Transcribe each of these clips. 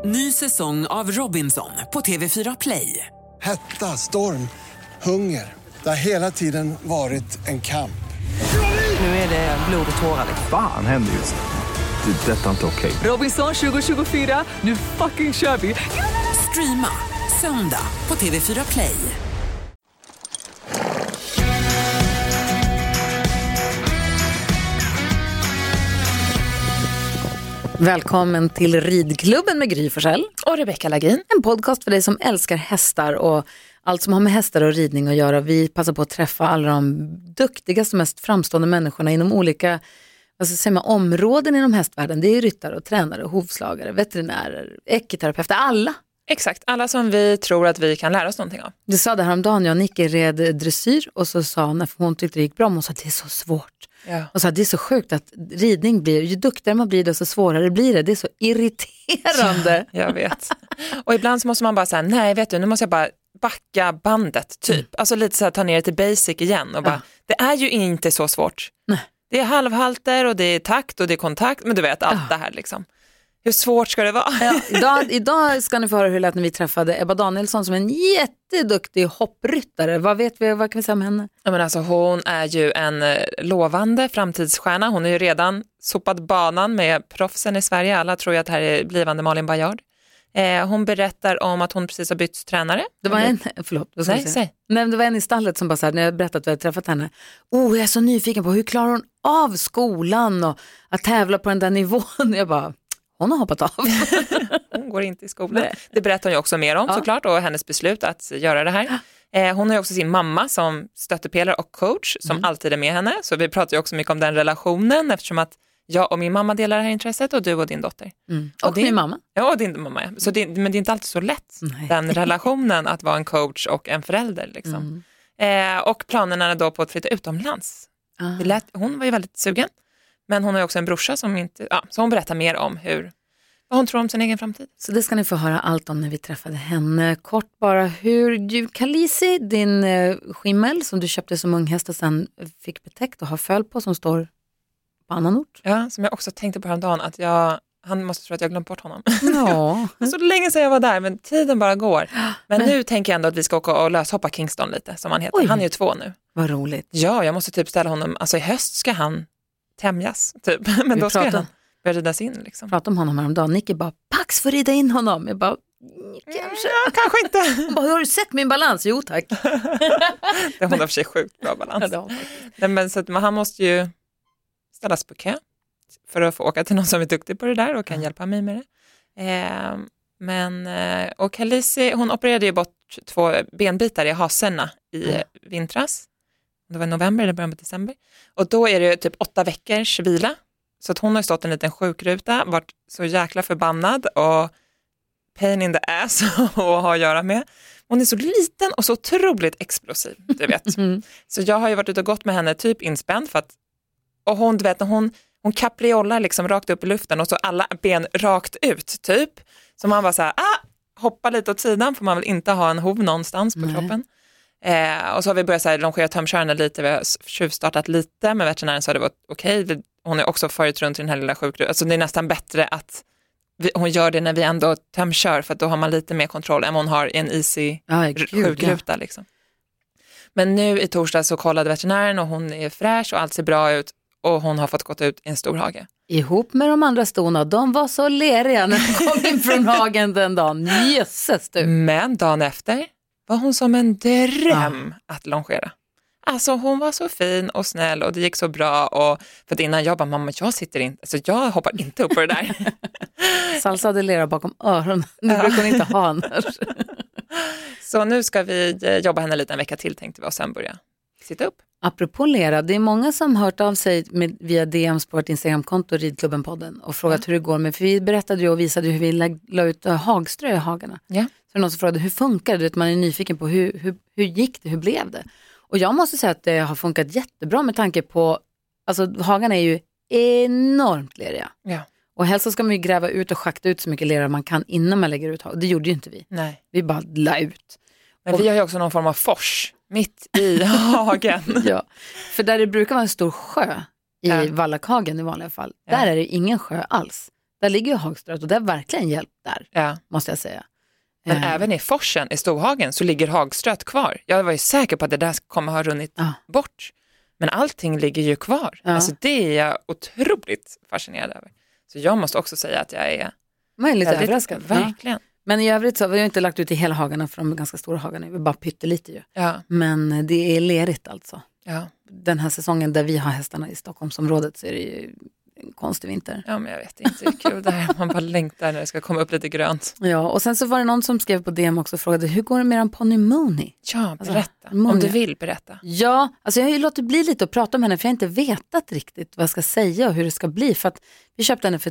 Ny säsong av Robinson på TV4 Play. Hetta, storm, hunger. Det har hela tiden varit en kamp. Nu är det blod och tårar. Fan händer just nu. Det. Detta är inte okej. Robinson 2024, nu fucking kör vi. Streama söndag på TV4 Play. Välkommen till Ridklubben med Gry Forssell och Rebecca Lagin. En podcast för dig som älskar hästar och allt som har med hästar och ridning att göra. Vi passar på att träffa alla de duktigaste och mest framstående människorna inom olika områden inom hästvärlden. Det är ryttare och tränare, hovslagare, veterinärer, eketerapeuter, alla. Exakt, alla som vi tror att vi kan lära oss någonting av. Du sa det här om dagen, jag och Nicky red dressyr och så sa när hon tyckte det gick bra, hon sa att det är så svårt. Ja. Och så det är så sjukt att ridning blir, ju duktigare man blir desto svårare blir det. Det är så irriterande. Ja, jag vet. Och ibland så måste man bara säga, nej vet du, nu måste jag bara backa bandet typ. Alltså lite så här, ta ner det till basic igen och bara, det är ju inte så svårt. Nej. Det är halvhalter och det är takt och det är kontakt, men du vet allt det här liksom. Hur svårt ska det vara? Ja, idag ska ni få höra hur det lät när vi träffade Ebba Danielsson som en jätteduktig hoppryttare. Vad kan vi säga om henne? Ja, men alltså, hon är ju en lovande framtidsstjärna. Hon är ju redan sopat banan med proffsen i Sverige. Alla tror ju att det här är blivande Malin Bajard. Hon berättar om att hon precis har bytt tränare. Det var en, förlåt, vad ska jag säga? Nej, det var en i stallet som bara sa när jag berättade att vi hade träffat henne. Jag är så nyfiken på hur klarar hon av skolan och att tävla på den där nivån. Jag bara, hon har hoppat av. Hon går inte i skolan. Nej. Det berättar hon ju också mer om såklart och hennes beslut att göra det här. Hon har ju också sin mamma som stöttepelare och coach som alltid är med henne. Så vi pratar ju också mycket om den relationen eftersom att jag och min mamma delar det här intresset och du och din dotter. Och min mamma. Ja, och din mamma. Så men det är inte alltid så lätt den relationen att vara en coach och en förälder. Liksom. Och planerna då på att flytta utomlands. Hon var ju väldigt sugen. Men hon har ju också en brorsa som inte... Ja, så hon berättar mer om vad hon tror om sin egen framtid. Så det ska ni få höra allt om när vi träffade henne. Kort bara, hur Kalisi, din skimmel som du köpte som ung häst och sen fick betäckt och har föl på som står på annan ort. Ja, som jag också tänkte på häromdagen att han måste tro att jag glömt bort honom. Ja. Så länge sedan jag var där, men tiden bara går. Men nu tänker jag ändå att vi ska åka och löshoppa Kingston lite, som han heter. Oj. Han är ju 2 nu. Vad roligt. Ja, jag måste typ ställa honom, alltså i höst ska han tämjas, typ. Men då ska han börja ridas in, liksom. Prata om honom häromdagen. Nicky bara, Pax får rida in honom. Jag bara, kanske. Ja, kanske inte. Hon bara, har du sett min balans? Jo, tack. Det har för sig sjukt bra balans. Nej, men så att han måste ju ställas på kö för att få åka till någon som är duktig på det där och kan hjälpa mig med det. Och Kalisi, hon opererade ju bort 2 benbitar i haserna i vintras. Det var i november eller början på december. Och då är det typ 8 veckors vila. Så att hon har stått en liten sjukruta, varit så jäkla förbannad och pain in the ass att ha att göra med. Hon är så liten och så otroligt explosiv, du vet. Så jag har ju varit ute och gått med henne typ inspänd för att, och hon, du vet, hon kapriollar liksom rakt upp i luften och så alla ben rakt ut typ. Så man bara så här, hoppa lite åt sidan för man vill inte ha en hov någonstans på kroppen. Och så har vi börjat så här, longera tömkörande lite, vi har tjuvstartat lite med veterinären så det var okej. Hon är också förut runt i den här lilla sjukrutan. Alltså det är nästan bättre att hon gör det när vi ändå tömkör för att då har man lite mer kontroll än hon har i en easy sjukruta liksom. Men nu i torsdag så kollade veterinären och hon är fräsch och allt ser bra ut och hon har fått gått ut i en stor hage. Ihop med de andra stona, de var så leriga när de kom in från hagen den dagen. Jösses du. Men dagen efter var hon som en dröm att longera. Alltså hon var så fin och snäll och det gick så bra och för att innan jag bara, mamma jag sitter inte, alltså jag hoppar inte upp på det där. Salsa hade lera bakom öronen, det brukar hon inte ha annars. Så nu ska vi jobba henne lite en vecka till tänkte vi och sen börja sitta upp. Apropå lera, det är många som hört av sig via DMs på vårt Instagramkonto Ridklubben-podden och frågat hur det går med, för vi berättade ju och visade hur vi la ut hagströ i hagarna. Ja. Så någon som frågade hur funkar det, man är nyfiken på hur gick det, hur blev det? Och jag måste säga att det har funkat jättebra med tanke på, alltså hagarna är ju enormt leriga. Ja. Och helst ska man ju gräva ut och schakta ut så mycket lera man kan innan man lägger ut hagar. Det gjorde ju inte vi. Nej. Vi bara la ut. Men vi har ju också någon form av fors mitt i hagen. Ja, för där det brukar vara en stor sjö i Vallakhagen i vanliga fall. Där är det ingen sjö alls. Där ligger ju hagströet och det har verkligen hjälpt där, måste jag säga. Men även i forsen i Storhagen så ligger hagströet kvar. Jag var ju säker på att det där kommer ha runnit bort. Men allting ligger ju kvar. Ja. Alltså det är jag otroligt fascinerad över. Så jag måste också säga att jag är lite överraskad. Verkligen. Ja. Men i övrigt så har vi inte lagt ut i hela hagarna för de är ganska stora hagarna. Vi bara pyttelite ju. Ja. Men det är lerigt alltså. Ja. Den här säsongen där vi har hästarna i Stockholmsområdet så är det ju en konstig vinter. Ja, men jag vet inte. Det är kul där. Man bara längtar när det ska komma upp lite grönt. Ja, och sen så var det någon som skrev på DM också och frågade hur går det med en ponny Mooney? Ja, berätta. Alltså, om du vill berätta. Ja, alltså jag har ju låtit bli lite att prata om henne för jag har inte vetat riktigt vad jag ska säga och hur det ska bli. För att vi köpte henne för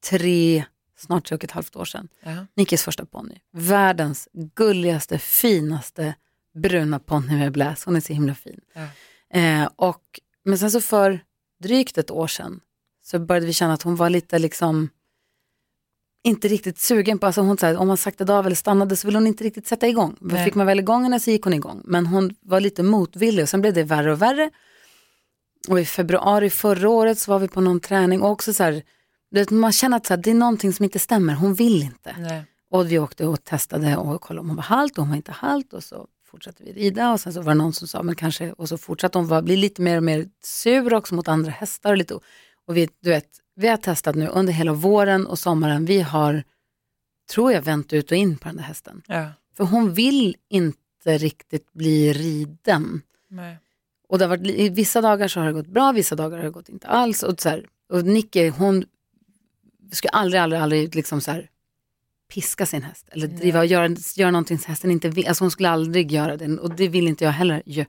3,5 år sedan. Ja. Nickes första ponny. Världens gulligaste, finaste bruna ponny med bläs. Hon är så himla fin. Ja. Men sen så för drygt ett år sedan så började vi känna att hon var lite liksom inte riktigt sugen på, alltså hon sa om man saktade av eller stannade så ville hon inte riktigt sätta igång. Fick man väl igång henne så gick hon igång. Men hon var lite motvillig och sen blev det värre och värre. Och i februari förra året så var vi på någon träning och också så här, man känner att så här, det är någonting som inte stämmer, hon vill inte. Nej. Och vi åkte och testade och kollade om hon var halt och hon var inte halt och så fortsatte vi rida och sen så var det någon som sa men kanske, och så fortsatte hon bli lite mer och mer sur också mot andra hästar och lite, och vi har testat nu under hela våren och sommaren, vi har tror jag vänt ut och in på den där hästen. Ja. För hon vill inte riktigt bli riden. Nej. Och det har varit, vissa dagar så har det gått bra, vissa dagar har det gått inte alls och så här, och Nicke hon skulle aldrig liksom så här piska sin häst eller driva och göra någonting som hästen inte vill. Alltså hon skulle aldrig göra det och det vill inte jag heller ju.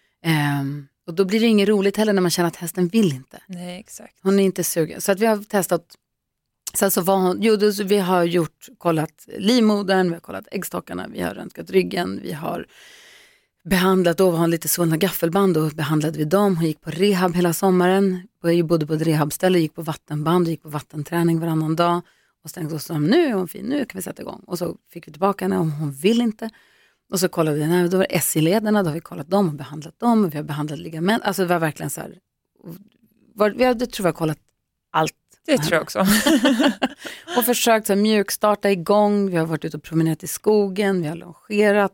Och då blir det inget roligt heller när man känner att hästen vill inte. Nej, exakt. Hon är inte sugen. Så att vi har testat, sen så var hon, vi har kollat livmodern, vi har kollat äggstockarna, vi har röntgat ryggen, vi har behandlat, då var hon lite svullna gaffelband och behandlade vi dem. Hon gick på rehab hela sommaren, bodde på ett rehabställe, gick på vattenband, gick på vattenträning varannan dag. Och så tänkte vi så, nu är hon fin, nu kan vi sätta igång. Och så fick vi tillbaka henne om hon vill inte. Och så kollade vi, då var det SI-lederna, då har vi kollat dem och behandlat dem. Och vi har behandlat ligament, alltså det var verkligen så här, jag tror vi har kollat allt. Det tror jag också. Och försökt så här, mjukstarta igång, vi har varit ute och promenerat i skogen, vi har longerat.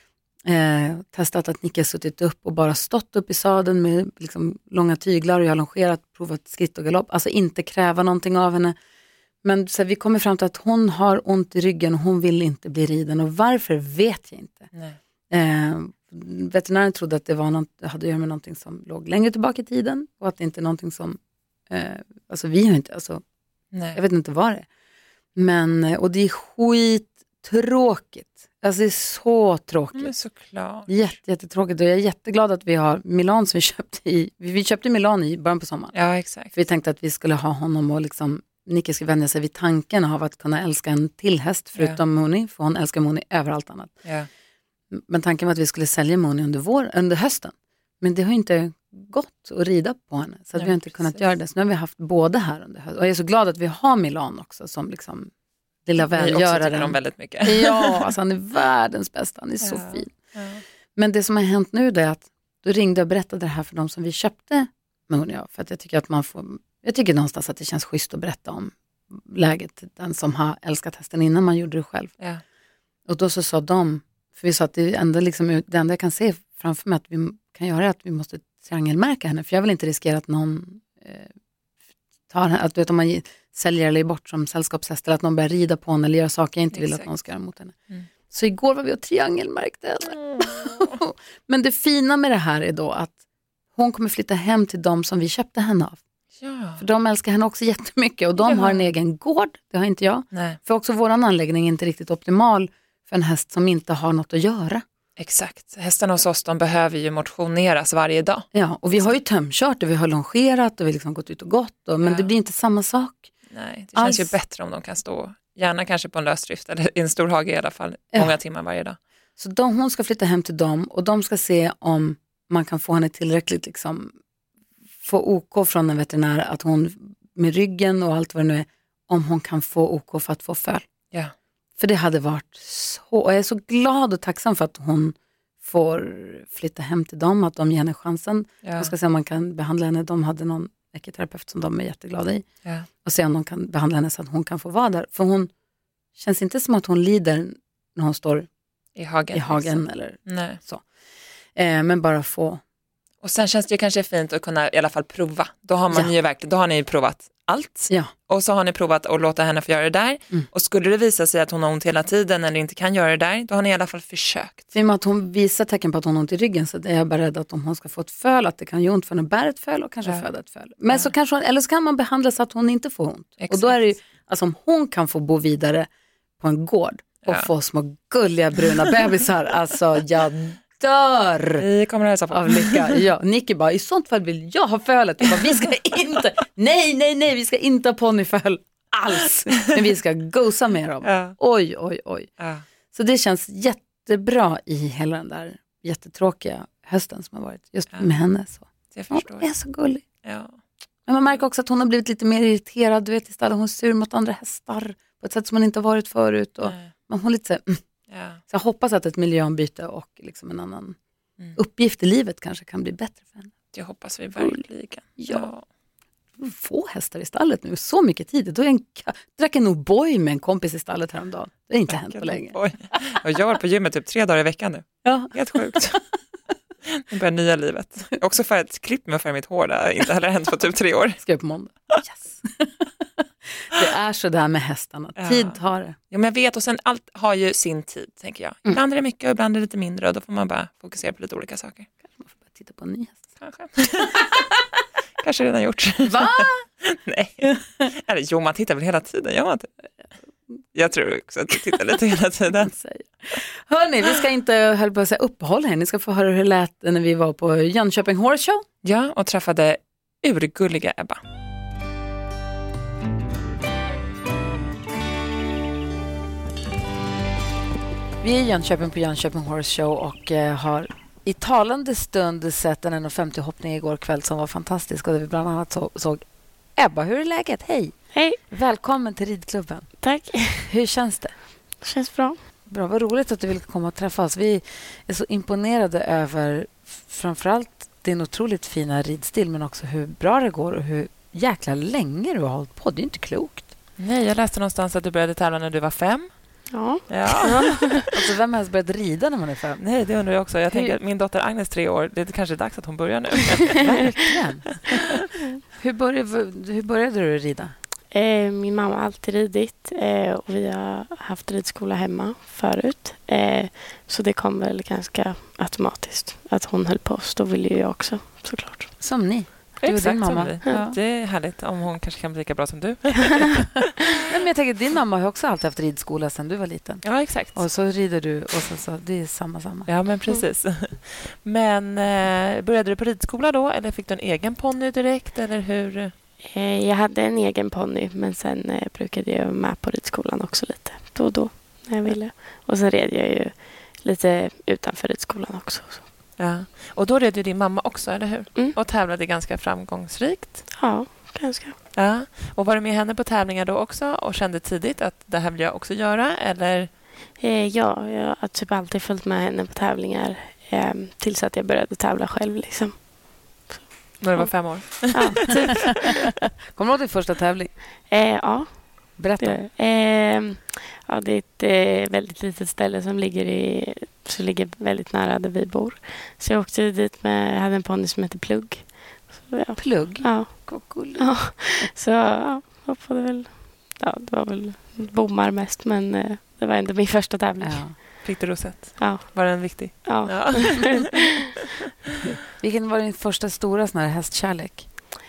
Testat att Nicke har suttit upp och bara stått upp i sadeln med liksom långa tyglar och jag har longerat, provat skritt och galopp, alltså inte kräva någonting av henne. Men så här, vi kommer fram till att hon har ont i ryggen och hon vill inte bli riden och varför vet jag inte. Veterinären trodde att det var något, hade att göra med någonting som låg längre tillbaka i tiden och att det inte är någonting som alltså vi har inte, alltså jag vet inte vad det är. Men, och det är skittråkigt. Alltså det är så tråkigt. Men såklart. Jättetråkigt och jag är jätteglad att vi har Milan som vi köpte Milan i början på sommaren. Ja, exakt. För vi tänkte att vi skulle ha honom och liksom Nicke ska vänja sig vid tanken av att kunna älska en till häst förutom Mooney, för hon älskar Mooney över allt annat. Ja. Men tanken var att vi skulle sälja Mooney under hösten. Men det har inte gått att rida på henne. Så att vi har inte kunnat göra det. Så nu har vi haft både här under hösten. Och jag är så glad att vi har Milan också som liksom lilla välgöraren. Vi också tycker om väldigt mycket. Ja, alltså han är världens bästa. Han är så fin. Ja. Men det som har hänt nu är att då ringde jag och berättade det här för de som vi köpte Mooney av. För att jag tycker att jag tycker någonstans att det känns schysst att berätta om läget. Den som har älskat hästen innan man gjorde det själv. Ja. Och då så sa de, för vi sa att det enda jag kan se framför mig att vi kan göra är att vi måste triangelmärka henne. För jag vill inte riskera att någon tar henne, att om man säljer eller bort som sällskapshäst eller att någon börjar rida på henne eller göra saker jag inte vill att någon ska göra mot henne. Så igår var vi och triangelmärkte henne. Men det fina med det här är då att hon kommer flytta hem till dem som vi köpte henne av. Ja. För de älskar henne också jättemycket och de har en egen gård, det har inte jag. Nej. För också våran anläggning är inte riktigt optimal för en häst som inte har något att göra. Exakt, hästarna hos oss de behöver ju motioneras varje dag. Ja, och vi har ju tömkört och vi har longerat och vi har liksom gått ut och gått. Men det blir inte samma sak. Nej, det känns ju bättre om de kan stå, gärna kanske på en lösdrift eller i en stor hage i alla fall, många timmar varje dag. Så hon ska flytta hem till dem och de ska se om man kan få henne tillräckligt liksom, få OK från en veterinär att hon med ryggen och allt vad det nu är, om hon kan få OK för att få föl. Ja. För det hade varit så, och jag är så glad och tacksam för att hon får flytta hem till dem, att de ger henne chansen. Jag ska se om man kan behandla henne. De hade någon ekoterapeut som de är jätteglada i. Ja. Och se om de kan behandla henne så att hon kan få vara där. För hon känns inte som att hon lider när hon står I hagen liksom. Eller Nej. så. Men bara få. Och sen känns det ju kanske fint att kunna i alla fall prova. Då har man ju verkligen, då har ni ju provat allt. Ja. Och så har ni provat att låta henne få göra det där. Och skulle det visa sig att hon har ont hela tiden eller inte kan göra det där, då har ni i alla fall försökt. I och med att hon visar tecken på att hon har ont i ryggen, så är jag bara rädd att om hon ska få ett föl, att det kan göra ont för henne att bära ett föl och kanske föda ett föl. Men så kanske hon, eller så kan man behandla så att hon inte får ont. Exakt. Och då är det ju, alltså om hon kan få bo vidare på en gård och få små gulliga bruna bebisar, alltså jag dör Vi kommer att hälsa på. av lycka. Ja, Nicky bara, i sånt fall vill jag ha fölet. Jag bara, vi ska inte, nej, vi ska inte ha ponnyföl alls. Men vi ska gosa med dem. Ja. Oj. Ja. Så det känns jättebra i hela den där jättetråkiga hösten som har varit. Just med henne. Så. Jag Hon förstår. är så gullig. Ja. Men man märker också att hon har blivit lite mer irriterad. Du vet, istället hon är sur mot andra hästar på ett sätt som hon inte har varit förut. Och man har lite så här, Ja. Så jag hoppas att ett miljöombyte och liksom en annan uppgift i livet kanske kan bli bättre för henne. Det hoppas vi verkligen. Ja. Få hästar i stallet nu, så mycket tid. Då är drack en O'boy med en kompis i stallet häromdagen. Det har inte hänt på länge. Oj. Och jag var på gymmet typ 3 dagar i veckan nu. Ja. Helt sjukt. Nu börjar nya livet. Också för ett klipp med för mitt hår där inte heller hänt på typ 3 år. Ska jag på måndag. Yes. Det är så där med hästarna. Tid tar det. Ja, men jag vet, och sen allt har ju sin tid, tänker jag. Ibland är det mycket och ibland är det lite mindre och då får man bara fokusera på lite olika saker. Kanske man får börja titta på en ny häst. Kanske. Kanske redan gjort. Va? Nej. Eller jo, man tittar väl hela tiden. Gör man inte? Jag tror också att du tittar lite hela tiden. Hörrni, vi ska inte uppehålla här. Ni ska få höra hur det lät när vi var på Jönköping Horse Show. Ja, och träffade urgulliga Ebba. Vi är i Jönköping på Jönköping Horse Show och har i talande stund sett en 1,50 hoppning igår kväll som var fantastisk. Och där vi bland annat såg Ebba. Hur är läget? Hej! Hej! Välkommen till ridklubben. Tack. Hur känns det? Det känns bra. Bra, vad roligt att du vill komma och träffa oss. Vi är så imponerade över framförallt din otroligt fina ridstil, men också hur bra det går och hur jäkla länge du har hållit på. Det är inte klokt. Nej, jag läste någonstans att du började tävla när du var 5. Ja. Alltså vem helst börjat rida när man är 5? Nej, det undrar jag också. Jag tänker att min dotter Agnes 3 år, det är kanske dags att hon börjar nu. Verkligen. Hur började du rida? Min mamma har alltid ridit och vi har haft ridskola hemma förut. Så det kom väl ganska automatiskt att hon höll på oss. Då ville ju jag också, såklart. Som ni? Du och Exakt din mamma. som vi. Ja. Det är härligt om hon kanske kan bli lika bra som du. Nej, men jag tänker, din mamma har också alltid haft ridskola sedan du var liten. Ja, exakt. Och så rider du och så det är samma. Ja, men precis. Men började du på ridskola då eller fick du en egen ponny direkt eller hur? Jag hade en egen ponny, men sen brukade jag vara med på ridskolan också lite då och då när jag ville. Och sen red jag ju lite utanför ridskolan också. Så. Ja. Och då red ju din mamma också, eller hur? Mm. Och tävlade ganska framgångsrikt. Ja, ganska. Ja. Och var du med henne på tävlingar då också och kände tidigt att det här vill jag också göra, eller? Ja, jag har typ alltid följt med henne på tävlingar tills att jag började tävla själv liksom. När du var 5 år? Ja, typ. Kommer du ihåg din första tävling? Ja. Berätta. Ja, det är ett väldigt litet ställe som ligger väldigt nära där vi bor. Så jag åkte dit jag hade en ponny som heter Plugg. Så, ja. Plugg? Ja. Ja. Så hoppade väl. Ja, det var väl bommar mest, men det var ändå min första tävling. Ja. Fick du rosett? Ja. Var den viktig? Ja. Vilken var din första stora sån här hästkärlek?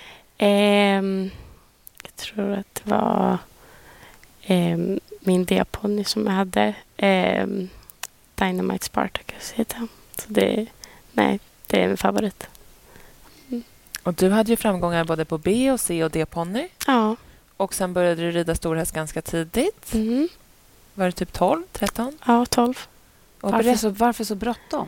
Jag tror att det var min D-ponny som jag hade. Dynamite Spartacus heter han. Så det är en favorit. Och du hade ju framgångar både på B och C och D-ponny. Ja. Och sen började du rida storhäst ganska tidigt. Mm. Var det typ 12, 13? Ja, 12. Och Varför så bråttom?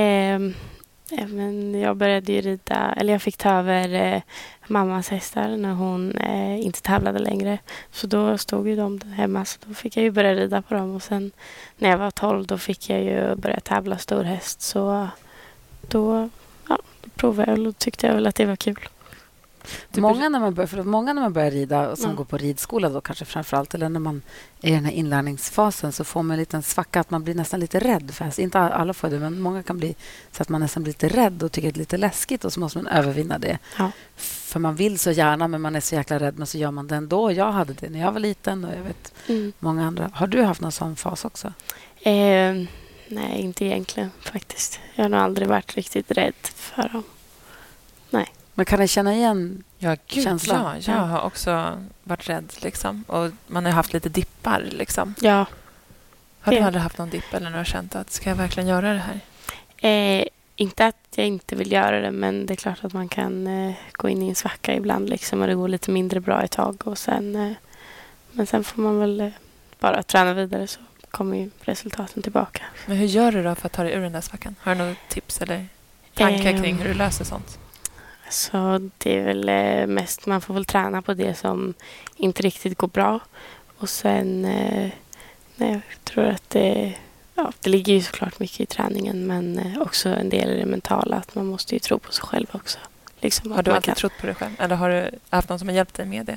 Men jag började ju rida, eller jag fick ta över mammas hästar när hon inte tävlade längre. Så då stod ju de hemma, så då fick jag ju börja rida på dem. Och sen när jag var 12 då fick jag ju börja tävla storhäst. Så då provade jag och tyckte jag väl att det var kul. Många när man börjar rida och som går på ridskola då kanske framförallt, eller när man är i den här inlärningsfasen, så får man en liten svacka att man blir nästan lite rädd. För inte alla får det, men många kan bli så att man nästan blir lite rädd och tycker det är lite läskigt, och så måste man övervinna det. Ja. För man vill så gärna, men man är så jäkla rädd, men så gör man det ändå. Jag hade det när jag var liten, och jag vet många andra. Har du haft någon sån fas också? Nej, inte egentligen faktiskt. Jag har nog aldrig varit riktigt rädd för dem. Nej. Men kan jag känna igen känslan? Ja, jag har också varit rädd. Liksom. Och man har haft lite dippar. Liksom. Ja. Har du aldrig haft någon dipp eller har känt att ska jag verkligen göra det här? Inte att jag inte vill göra det, men det är klart att man kan gå in i en svacka ibland. Liksom, och det går lite mindre bra ett tag. Och sen, men sen får man väl bara träna vidare, så kommer ju resultaten tillbaka. Men hur gör du då för att ta dig ur den där svackan? Har du några tips eller tankar kring hur du löser sånt? Så det är väl mest, man får väl träna på det som inte riktigt går bra. Och sen, jag tror att det ligger ju såklart mycket i träningen, men också en del i det mentala, att man måste ju tro på sig själv också. Liksom, har du alltid trott på dig själv? Eller har du haft någon som har hjälpt dig med det?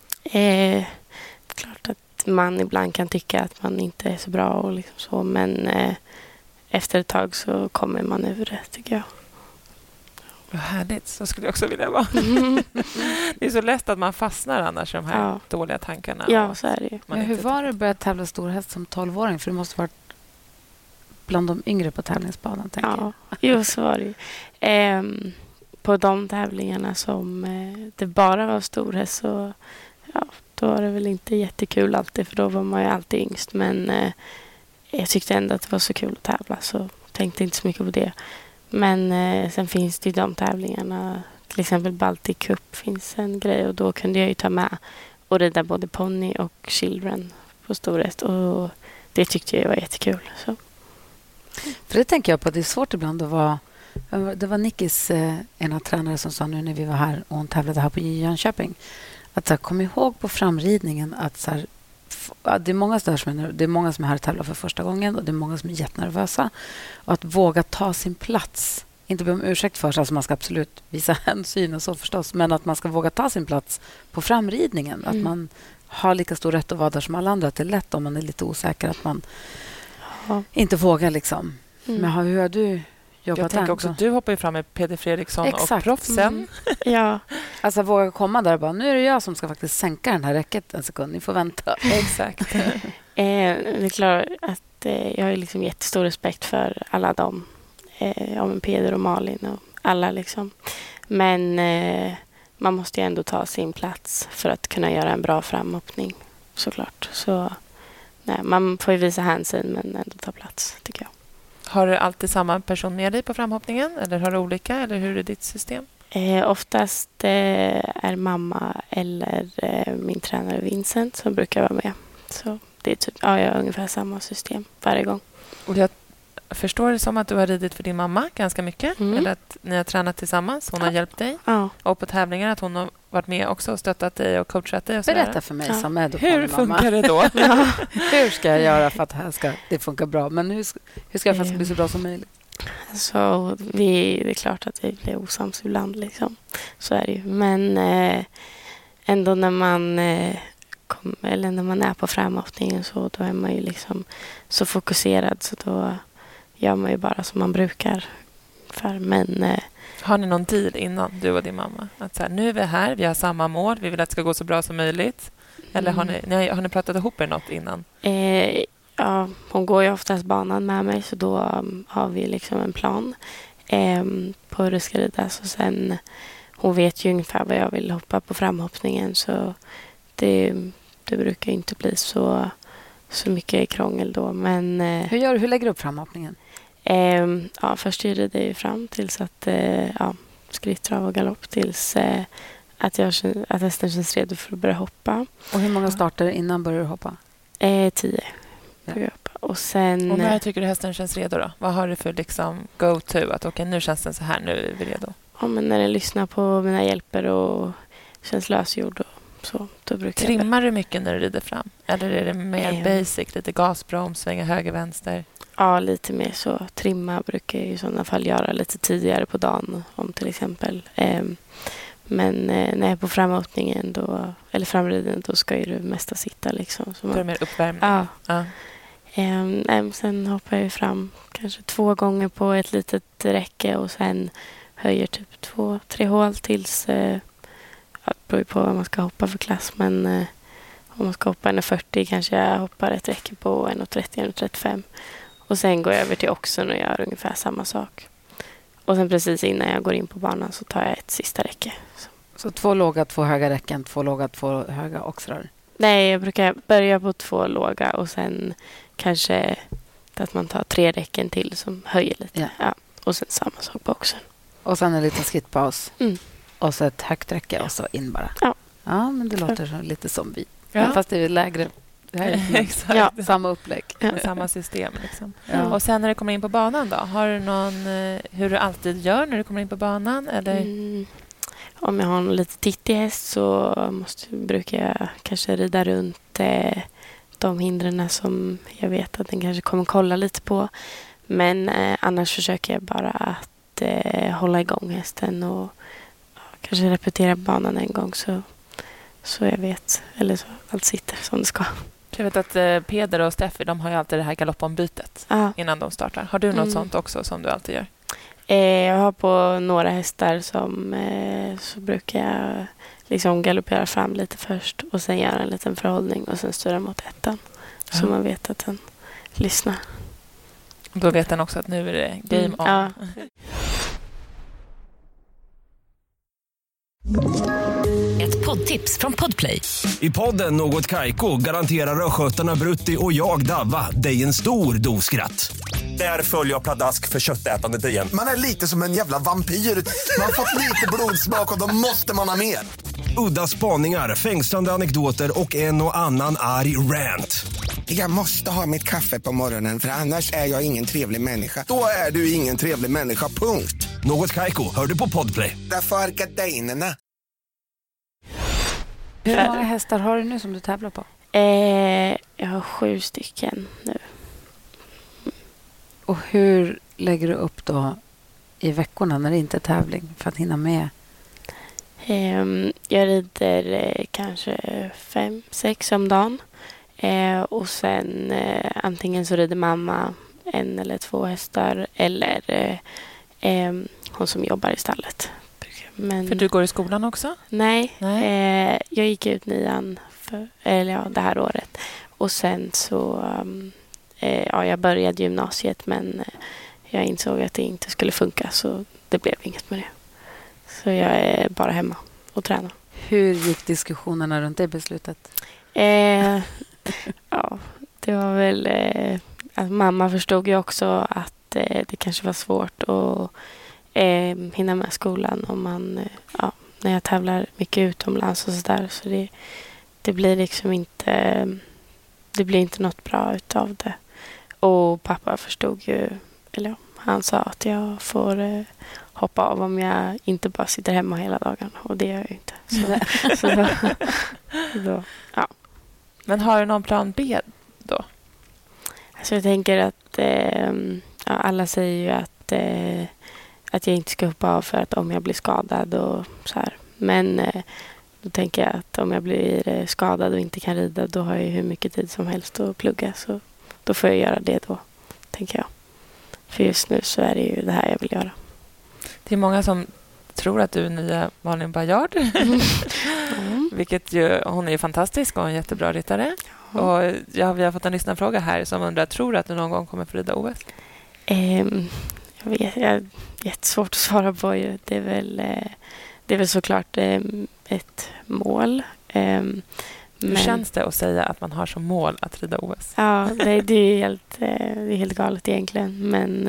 Klart att man ibland kan tycka att man inte är så bra och liksom så, men efter ett tag så kommer man ur det, tycker jag. Vad härligt, så skulle jag också vilja vara. Det är så lätt att man fastnar annars i de här dåliga tankarna. Ja, så är det ju. Men hur var det att börja tävla storhäst som 12-åring? För du måste varit bland de yngre på tävlingsbanan, tänker jag. Jo, så var det ju. På de tävlingarna som det bara var storhäst, så då var det väl inte jättekul alltid, för då var man ju alltid yngst. Men jag tyckte ändå att det var så kul att tävla, så tänkte inte så mycket på det. Men sen finns det ju de tävlingarna, till exempel Baltic Cup finns en grej, och då kunde jag ju ta med och rida både ponny och children på storhäst, och det tyckte jag var jättekul. Så. För det tänker jag på, det är svårt ibland att vara. Det var Nickis ena tränare som sa nu när vi var här och hon tävlade här på Jönköping, att så här, kom ihåg på framridningen att så här, det är många som är här och tävlar för första gången, och det är många som är jättenervösa, och att våga ta sin plats, inte be om ursäkt för sig, alltså man ska absolut visa hänsyn och så förstås, men att man ska våga ta sin plats på framridningen, att man har lika stor rätt att vara där som alla andra, att det är lätt om man är lite osäker att man inte vågar liksom. Men hur har du jobbat? Jag tänker också att du hoppar ju fram med Peder Fredriksson och proffsen. Ja. Alltså våga komma där och bara, nu är det jag som ska faktiskt sänka den här räcket en sekund, ni får vänta. Exakt. Det är klart att jag har liksom jättestor respekt för alla dem, Peder och Malin och alla liksom. Men man måste ju ändå ta sin plats för att kunna göra en bra framhoppning, såklart. Så nej, man får ju visa hänsyn, men ändå ta plats, tycker jag. Har du alltid samma person med dig på framhoppningen, eller har du olika, eller hur är ditt system? Oftast är mamma eller min tränare Vincent som brukar vara med. Så det är typ, jag har ungefär samma system varje gång. Och jag förstår det som att du har ridit för din mamma ganska mycket, eller att ni har tränat tillsammans, hon har hjälpt dig. Och på tävlingar att hon har varit med också och stöttat dig och coachat dig. Och berätta för mig som är hur funkar det då? Hur ska jag göra för att det funkar bra? Men hur ska jag för att det ska bli så bra som möjligt? Så det är klart att vi blir osams ibland. Liksom. Så är det ju. Men ändå när man är på framhoppningen, så då är man ju liksom så fokuserad, så då gör man ju bara som man brukar. Har ni någon deal innan, du och din mamma? Att så här, nu är vi här, vi har samma mål, vi vill att det ska gå så bra som möjligt. Eller har ni pratat ihop er något innan? Ja, hon går ju oftast banan med mig, så då har vi liksom en plan på hur det ska ridas. Och sen, hon vet ju ungefär vad jag vill hoppa på framhoppningen, så det brukar inte bli så mycket krångel då. Men, hur lägger du upp framhoppningen? Först rider jag ju fram tills att skrittrav och galopp tills att hästen känns redo för att börja hoppa. Och hur många starter innan börjar du hoppa? 10. Och sen... Och när tycker du hästen känns redo då? Vad har du för liksom go-to? Att okej, nu känns den så här, nu är vi redo. Ja, men när den lyssnar på mina hjälper och känns lösgjord och så, då brukar Trimmar du mycket när du rider fram? Eller är det mer basic, lite gasbroms, svänga höger, vänster? Ja, lite mer så. Trimma brukar jag i sådana fall göra lite tidigare på dagen, om till exempel. Men när jag är på framåtningen eller framriden, då ska ju det mesta sitta liksom. Så Då är det mer uppvärmning. Ja. Sen hoppar jag fram kanske 2 gånger på ett litet räcke och sen höjer typ 2-3 hål tills, det beror ju på vad man ska hoppa för klass, men om man ska hoppa 1,40 kanske jag hoppar ett räcke på 1,30, 1,35 och sen går jag över till oxen och gör ungefär samma sak. Och sen precis innan jag går in på banan så tar jag ett sista räcke. Så 2 låga, 2 höga räcken, 2 låga, 2 höga oxrar? Nej, jag brukar börja på 2 låga och sen kanske att man tar 3 räcken till som höjer lite. Ja. Och sen samma sak på oxen. Och sen en liten skittpaus. Mm. Och så ett högt räcke och så in bara. Ja. Ja, men det låter så, lite som vi. Ja. Fast det är lägre. Det här är Exakt. samma upplägg. Samma system. Liksom. Ja. Och sen när du kommer in på banan då? Har du någon, hur du alltid gör när du kommer in på banan? Eller? Om jag har en lite tittig häst så brukar jag kanske rida runt de hindren som jag vet att den kanske kommer kolla lite på. Men annars försöker jag bara att hålla igång hästen och kanske repetera banan en gång så jag vet, eller så allt sitter som det ska. Jag vet att Peder och Steffi, de har ju alltid det här galoppombytet innan de startar. Har du något sånt också som du alltid gör? Jag har på några hästar som så brukar jag liksom galoppera fram lite först och sen göra en liten förhållning och sen styra mot ettan. Så man vet att den lyssnar. Då vet den också att nu är det game on. Ja. Ett poddtips från Podplay. I podden Något Kaiko garanterar skötarna Brutti och jag Davva dig en stor doskratt. Där följer jag pladask för köttätandet igen. Man är lite som en jävla vampyr. Man har fått lite blodsmak och då måste man ha mer. Udda spaningar, fängslande anekdoter och en och annan arg rant. Jag måste ha mitt kaffe på morgonen för annars är jag ingen trevlig människa. Då är du ingen trevlig människa, punkt. Något Kaiko, hör du på Podplay. Därför är gardinerna. Hur många hästar har du nu som du tävlar på? Jag har 7 stycken nu. Och hur lägger du upp då i veckorna när det inte är tävling för att hinna med? Jag rider kanske 5-6 om dagen. Och sen antingen så rider mamma 1 eller 2 hästar eller hon som jobbar i stallet. Men, för du går i skolan också? Nej. Jag gick ut 9:an det här året. Och sen så jag började gymnasiet men jag insåg att det inte skulle funka så det blev inget med det. Så jag är bara hemma och tränar. Hur gick diskussionerna runt det beslutet? Ja, det var väl att mamma förstod ju också att det kanske var svårt att hinna med skolan om man när jag tävlar mycket utomlands och sådär så det blir liksom inte något bra utav det. Och pappa förstod ju, eller han sa att jag får hoppa av om jag inte bara sitter hemma hela dagen och det gör jag inte. Så ja. Men har du någon plan B då? Alltså jag tänker att alla säger ju att jag inte ska hoppa av för att om jag blir skadad och så här. Men då tänker jag att om jag blir skadad och inte kan rida då har jag hur mycket tid som helst att plugga så då får jag göra det då, tänker jag. För just nu så är det ju det här jag vill göra. Det är många som tror att du är nya Malin Bajard. Vilket ju, hon är ju fantastisk och en jättebra ryttare. Och vi har fått en lyssnarfråga här som undrar, tror du att du någon gång kommer få rida OS? Jag är jättesvårt att svara på ju. Det är väl såklart ett mål. Hur känns det att säga att man har som mål att rida OS? Ja, det är helt galet egentligen. Men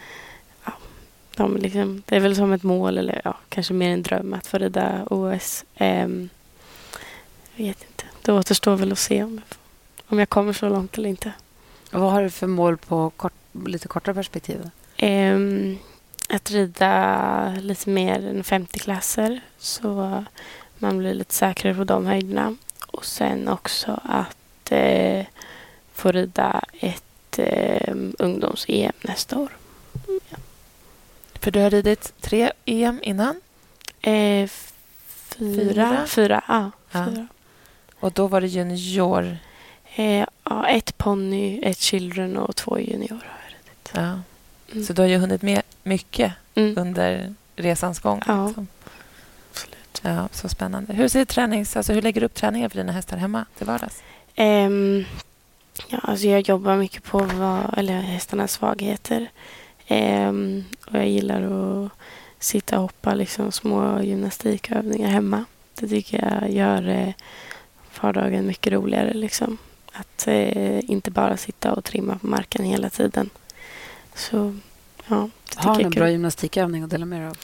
det är väl som ett mål eller kanske mer en dröm att få rida OS. Jag vet inte. Det återstår väl att se om jag kommer så långt eller inte. Och vad har du för mål på lite kortare perspektiv? Att rida lite mer än 50 klasser så man blir lite säkrare på de höjderna. Och sen också att få rida ett ungdoms-EM nästa år. För du har ridit 3 EM innan? Fyra. Ja. Och då var det junior? Ja, 1 ponny, 1 children och 2 junior. Ja. Så du har ju hunnit med mycket under resans gång. Ja, liksom. absolut. Ja, så spännande. Hur ser hur lägger du upp träningen för dina hästar hemma till vardags? Alltså jag jobbar mycket på hästarnas svagheter. Och jag gillar att sitta och hoppa liksom små gymnastikövningar hemma. Det tycker jag gör vardagen mycket roligare. Liksom. Att inte bara sitta och trimma på marken hela tiden. Så, ja, har du en bra gymnastikövning att dela med dig av?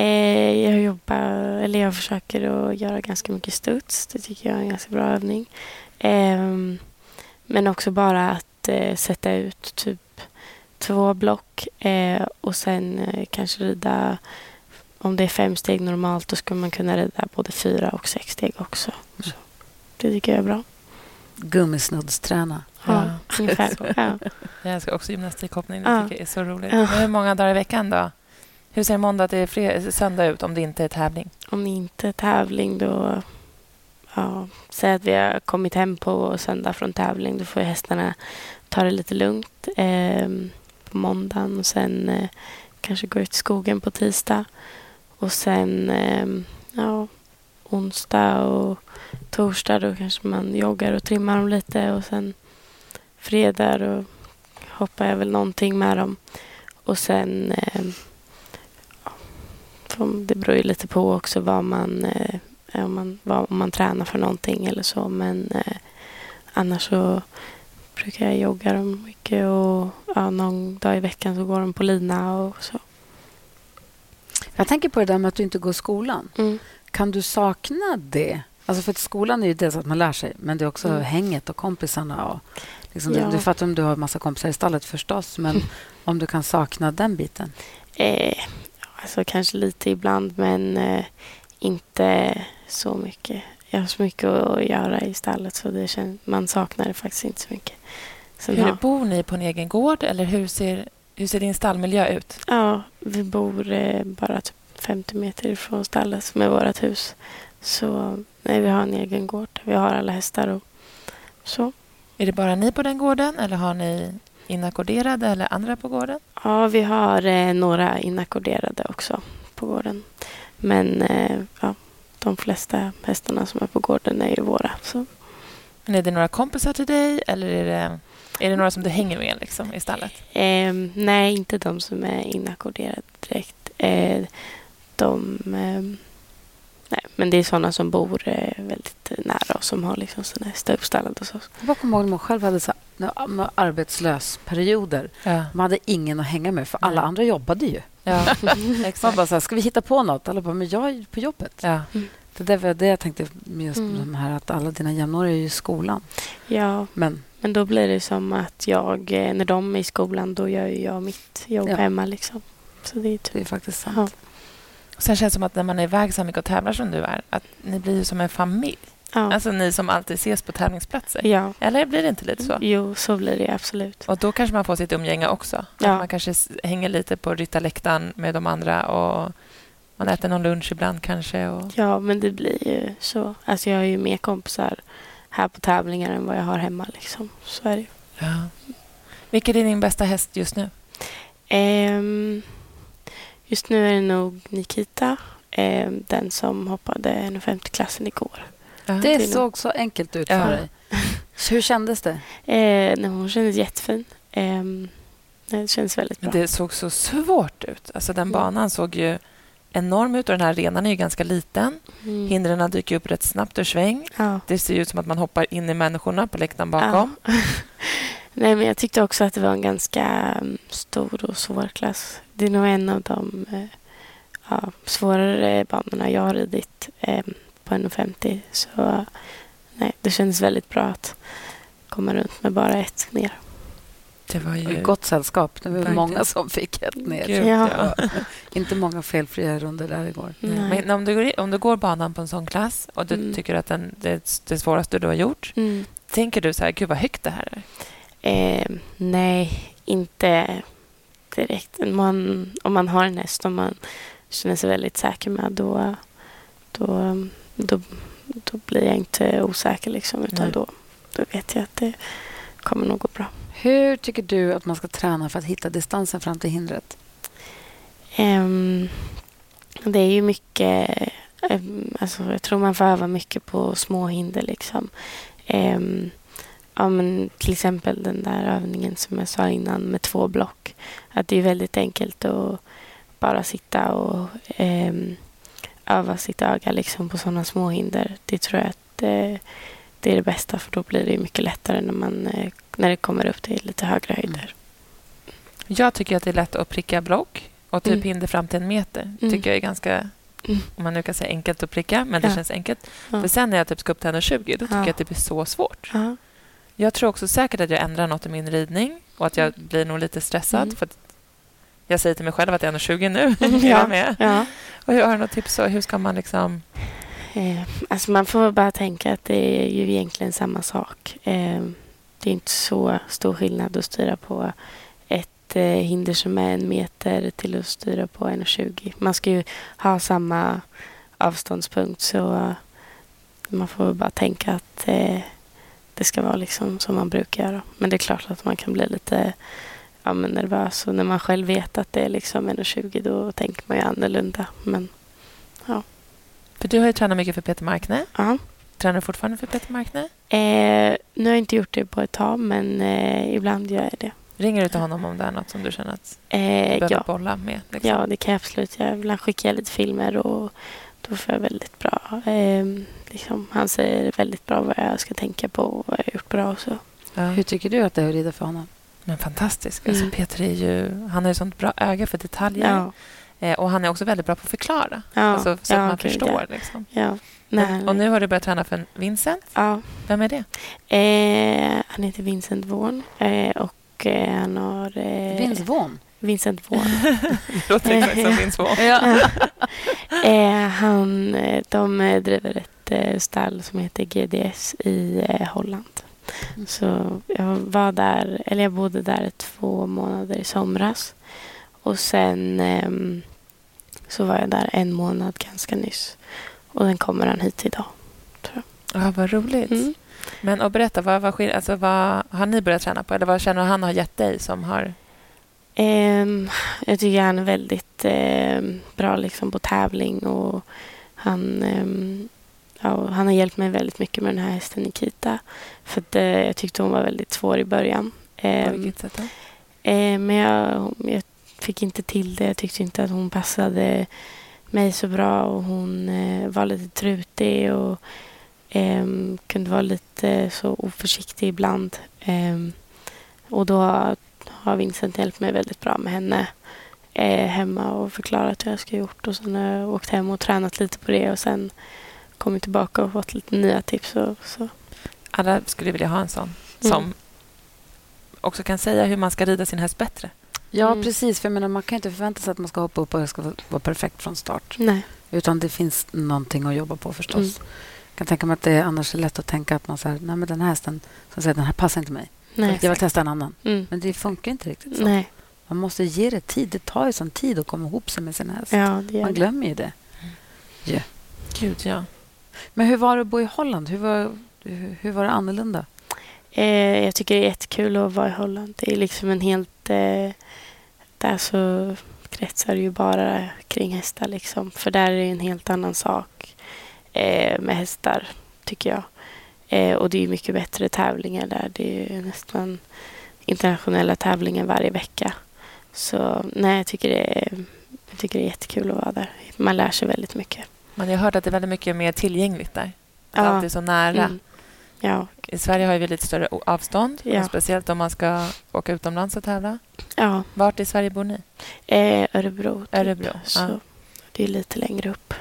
Jag försöker att göra ganska mycket studs. Det tycker jag är en ganska bra övning. Men också bara att sätta ut typ 2 block och sen kanske rida, om det är 5 steg normalt, då ska man kunna rida både 4 och 6 steg också. Så det tycker jag är bra. Gummisnuddsträna. Ja, ungefär så. Ja. Jag älskar också gymnastikhoppning. Det tycker jag är så roligt. Men hur många dagar i veckan då? Hur ser måndag till söndag ut om det inte är tävling? Om det inte är tävling då... Ja, säg att vi har kommit hem på söndag från tävling. Då får hästarna ta det lite lugnt på måndagen. Och sen kanske gå ut i skogen på tisdag. Och sen onsdag och torsdag då kanske man joggar och trimmar dem lite. Och sen fredag då hoppar jag väl någonting med dem. Och sen det beror ju lite på också vad man... om man tränar för någonting eller så. Men annars så brukar jag jogga dem mycket. Och någon dag i veckan så går de på lina och så. Jag tänker på det där med att du inte går i skolan. Kan du sakna det? Alltså för att skolan är ju dels att man lär sig. Men det är också hänget och kompisarna. Och liksom du fattar om du har massa kompisar i stallet förstås. Men om du kan sakna den biten? Alltså kanske lite ibland. Men inte så mycket. Jag har så mycket att göra i stallet så man saknar det faktiskt inte så mycket. Bor ni på en egen gård eller hur ser din stallmiljö ut? Ja, vi bor bara typ 50 meter från stallet med vårt hus. Så vi har en egen gård. Vi har alla hästar och så. Är det bara ni på den gården eller har ni inackorderade eller andra på gården? Ja, vi har några inackorderade också på gården. Men de flesta hästarna som är på gården är ju våra. Så. Men är det några kompisar till dig eller är det några som du hänger med liksom, i stallet? Nej, inte de som är inackorderade direkt. Nej, men det är sådana som bor väldigt nära och som har liksom sina hästar uppstallade och så. Jag kommer ihåg när man själv hade arbetslös perioder. Ja. Man hade ingen att hänga med för alla andra jobbade ju. Ja, exakt. Man bara så här, ska vi hitta på något? Alla bara, men jag är på jobbet. Ja. Det var det jag tänkte med just de här, att alla dina jämnåriga är ju i skolan. Ja, men då blir det som att när de är i skolan, då gör jag mitt jobb hemma liksom. Så det är faktiskt sant. Ja. Sen känns det som att när man är iväg så mycket och tävlar som du är, att ni blir som en familj. Ja. Alltså ni som alltid ses på tävlingsplatser. Ja. Eller blir det inte lite så? Jo, så blir det absolut. Och då kanske man får sitt umgänge också. Ja. Man kanske hänger lite på ryttarläktaren med de andra och man äter någon lunch ibland kanske. Och... Ja, men det blir ju så. Alltså jag har ju mer kompisar här på tävlingar än vad jag har hemma liksom. Så är det ju. Ja. Vilken är din bästa häst just nu? Just nu är det nog Nikita. Den som hoppade 1,50-klassen igår. Det såg så enkelt ut för dig. Hur kändes det? Hon kändes jättefin. Det känns väldigt bra. Men det såg så svårt ut. Alltså den banan såg ju enorm ut och den här arenan är ju ganska liten. Hindren dyker upp rätt snabbt ur sväng. Ja. Det ser ut som att man hoppar in i människorna på läktaren bakom. Ja. Nej, men jag tyckte också att det var en ganska stor och svår klass. Det är nog en av de svårare banorna jag har ridit på 1,50. Så nej, det kändes väldigt bra att komma runt med bara ett ner. Det var ju gott sällskap. Det var många som fick ett ner. Gud, ja. Inte många felfria runder där igår. Men om du går banan på en sån klass och du tycker att det svåraste du har gjort, tänker du så här, gud vad högt det här är? Nej, inte direkt. Om man har en häst och man känner sig väldigt säker med, då då blir jag inte osäker liksom, utan då vet jag att det kommer nog gå bra. Hur tycker du att man ska träna för att hitta distansen fram till hindret? Det är ju mycket, alltså jag tror man får öva mycket på små hinder liksom. Ja, men till exempel den där övningen som jag sa innan med 2 block. Att det är väldigt enkelt att bara sitta och öva sitt öga liksom på sådana små hinder. Det tror jag att det är det bästa, för då blir det mycket lättare när det kommer upp till lite högre höjder. Jag tycker att det är lätt att pricka block och typ hinder fram till 1 meter. Tycker jag är ganska, om man nu kan säga enkelt att pricka, men det känns enkelt. För sen när jag typ ska upp till 1,20, då tycker jag att det blir så svårt. Jag tror också säkert att jag ändrar något i min ridning och att jag blir nog lite stressad för att jag säger till mig själv att jag är 1,20 nu. Är jag med? Ja. Och jag har något tips, så hur ska man liksom... Alltså man får bara tänka att det är ju egentligen samma sak. Det är inte så stor skillnad att styra på ett hinder som är 1 meter till att styra på 1,20. Man ska ju ha samma avståndspunkt, så man får bara tänka att det ska vara liksom som man brukar göra. Men det är klart att man kan bli lite nervös, och när man själv vet att det är liksom 1,20, då tänker man ju annorlunda. Men ja. För du har ju tränat mycket för Peter Markne. Ja. Tränar du fortfarande för Peter Markne? Nu har jag inte gjort det på ett tag, men ibland gör jag det. Ringer du till honom om det är något som du känner att du behöver bolla med? Liksom? Ja, det kan jag absolut. Ibland skickar jag lite filmer och då får jag väldigt bra. Liksom, han säger väldigt bra vad jag ska tänka på och vad jag har gjort bra och så. Ja. Hur tycker du att det är att rida för honom? Men fantastiskt. Alltså, Peter är ju, han har ju sånt bra öga för detaljer. Ja. Och han är också väldigt bra på att förklara. Ja. Alltså, så att man förstår. Liksom. Ja. Och nu har du börjat träna för Vincent. Ja. Vem är det? Han heter Vincent Vaughn. Och han har... Vincent Vaughn. Det låter exakt som Vince Vaughn. De driver ett stall som heter GDS i Holland. Så jag bodde där 2 månader i somras. Och sen så var jag där 1 månad ganska nyss. Och den kommer han hit idag, tror jag. Ja, vad roligt. Men och berätta, vad har ni börjat träna på? Eller vad känner han har gett dig som har... Jag tycker han är väldigt bra liksom på tävling. Och han har hjälpt mig väldigt mycket med den här hästen Nikita. För att jag tyckte hon var väldigt svår i början. På vilket sätt då? Men jag fick inte till det. Jag tyckte inte att hon passade mig så bra. Och hon var lite trutig och kunde vara lite så oförsiktig ibland. Och då har Vincent hjälpt mig väldigt bra med henne hemma och förklarat hur jag ska gjort. Och sen har jag åkt hem och tränat lite på det och sen kommit tillbaka och fått lite nya tips. Så. Alla skulle vilja ha en sån som också kan säga hur man ska rida sin häst bättre. Ja, precis. För jag menar, man kan inte förvänta sig att man ska hoppa upp och ska vara perfekt från start. Nej. Utan det finns någonting att jobba på förstås. Jag kan tänka mig att det annars är lätt att tänka att man säger, nej men den här hästen, så säger den här passar inte mig. Nej, jag vill testa en annan. Men det funkar inte riktigt så. Nej. Man måste ge det tid. Det tar ju sån tid att komma ihop sig med sin häst. Ja, man glömmer ju det. Yeah. Gud, ja. Men hur var det att bo i Holland? Hur var det annorlunda? Jag tycker det är jättekul att vara i Holland. Det är liksom en helt... där så kretsar det ju bara kring hästar. Liksom. För där är det en helt annan sak med hästar, tycker jag. Och det är mycket bättre tävlingar där. Det är nästan internationella tävlingar varje vecka. Så nej, jag tycker det är jättekul att vara där. Man lär sig väldigt mycket. Men jag har hört att det är väldigt mycket mer tillgängligt där. Att allt är så nära. Ja. I Sverige har vi lite större avstånd. Och speciellt om man ska åka utomlands och tävla. Ja. Vart i Sverige bor ni? Örebro. Typ. Örebro. Så det är lite längre upp.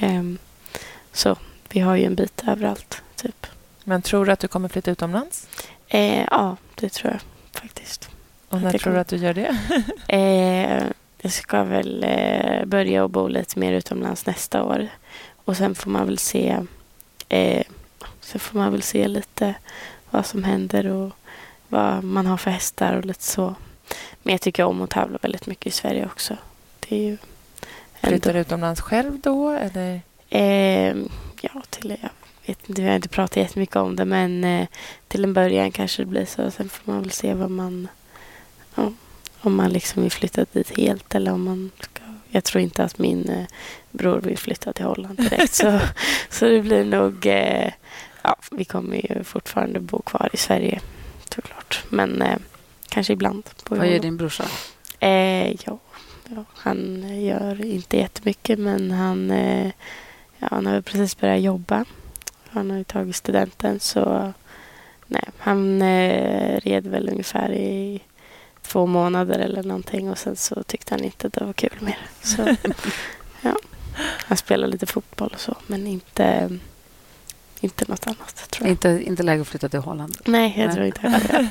Så vi har ju en bit överallt. Typ. Men tror du att du kommer flytta utomlands? Ja, det tror jag faktiskt. Och när tror du att du gör det? Jag ska väl börja och bo lite mer utomlands nästa år. Och sen får man väl se lite vad som händer och vad man har för hästar och lite så. Men jag tycker om att tävla väldigt mycket i Sverige också. Det är ju flyttar du utomlands själv då? Eller? jag vet inte, vi har inte pratat jättemycket om det, men till en början kanske det blir så. Sen får man väl se vad man, om man liksom vill flytta dit helt eller om man ska. Jag tror inte att min bror vill flytta till Holland direkt. så det blir nog, vi kommer ju fortfarande bo kvar i Sverige såklart. Men kanske ibland. Vad gör din brorsa? Han gör inte jättemycket, men han har precis börjat jobba. Han har ju tagit studenten, så han red väl ungefär i 2 månader eller någonting, och sen så tyckte han inte att det var kul mer. Så han spelar lite fotboll och så, men inte något annat, tror jag. Inte läge att flytta till Holland? Nej, jag tror inte det.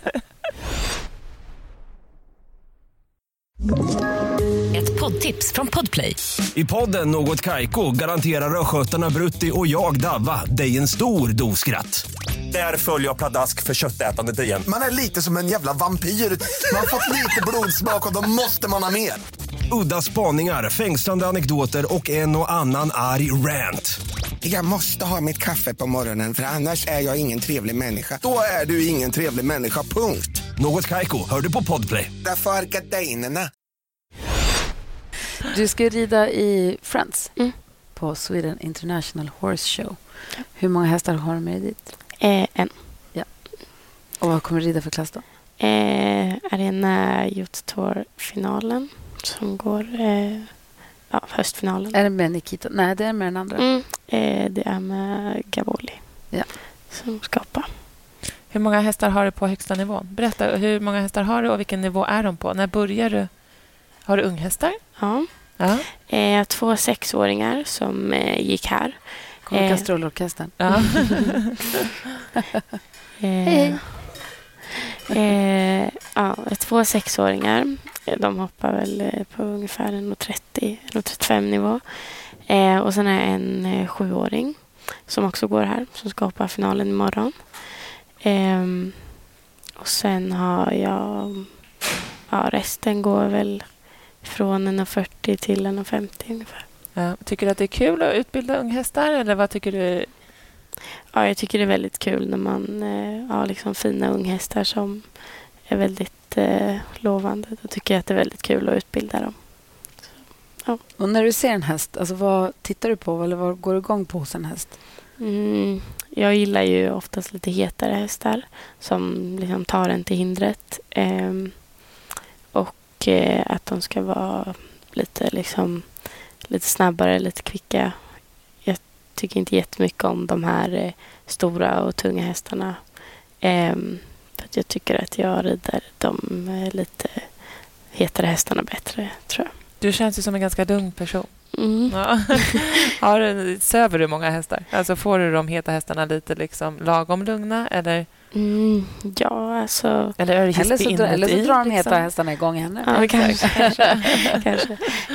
Ett poddtips från Podplay. I podden Något Kaiko garanterar röskötarna Brutti och jag Davva dig en stor doskratt. Där följer jag pladask för köttätandet igen. Man är lite som en jävla vampyr. Man har fått lite blodsmak och då måste man ha mer. Udda spaningar, fängslande anekdoter och en och annan arg rant. Jag måste ha mitt kaffe på morgonen, för annars är jag ingen trevlig människa. Då är du ingen trevlig människa, punkt. Något Kaiko, hör du på Podplay. Därför är gardinerna. Du ska rida i Friends på Sweden International Horse Show. Ja. Hur många hästar har du med dit? 1. Ja. Och vad kommer du rida för klass då? Arena Youth Tour-finalen som går höstfinalen. Är det med Nikita? Nej, det är med den andra. Det är med Gavoli som skapar. Hur många hästar har du på högsta nivån? Berätta, hur många hästar har du och vilken nivå är de på? När börjar du? Har du unghästar? Ja. 2 6-åringar som gick här. Kommer Kastrullorkestern. Ja. Hej. 2 6-åringar. De hoppar väl på ungefär 1,30-1,35 nivå. Och sen är en 7-åring som också går här, som ska hoppa finalen imorgon. Och sen har jag resten går väl från 1,40 till 1,50 ungefär. Ja, tycker du att det är kul att utbilda unghästar, eller vad tycker du? Ja, jag tycker det är väldigt kul när man har liksom fina unghästar som är väldigt lovande. Då tycker jag att det är väldigt kul att utbilda dem. Så, ja. Och när du ser en häst, alltså vad tittar du på eller vad går du igång på hos en häst? Jag gillar ju oftast lite hetare hästar som liksom tar en till hindret. Och att de ska vara lite snabbare, lite kvicka. Jag tycker inte jättemycket om de här stora och tunga hästarna. För att jag tycker att jag rider de lite hetare hästarna bättre, tror jag. Du känns ju som en ganska lugn person. Ja. Söver du många hästar? Alltså får du de heta hästarna lite liksom lagom lugna, eller? Ja, alltså... Eller så drar de heta hästarna igång henne. Ja, kanske.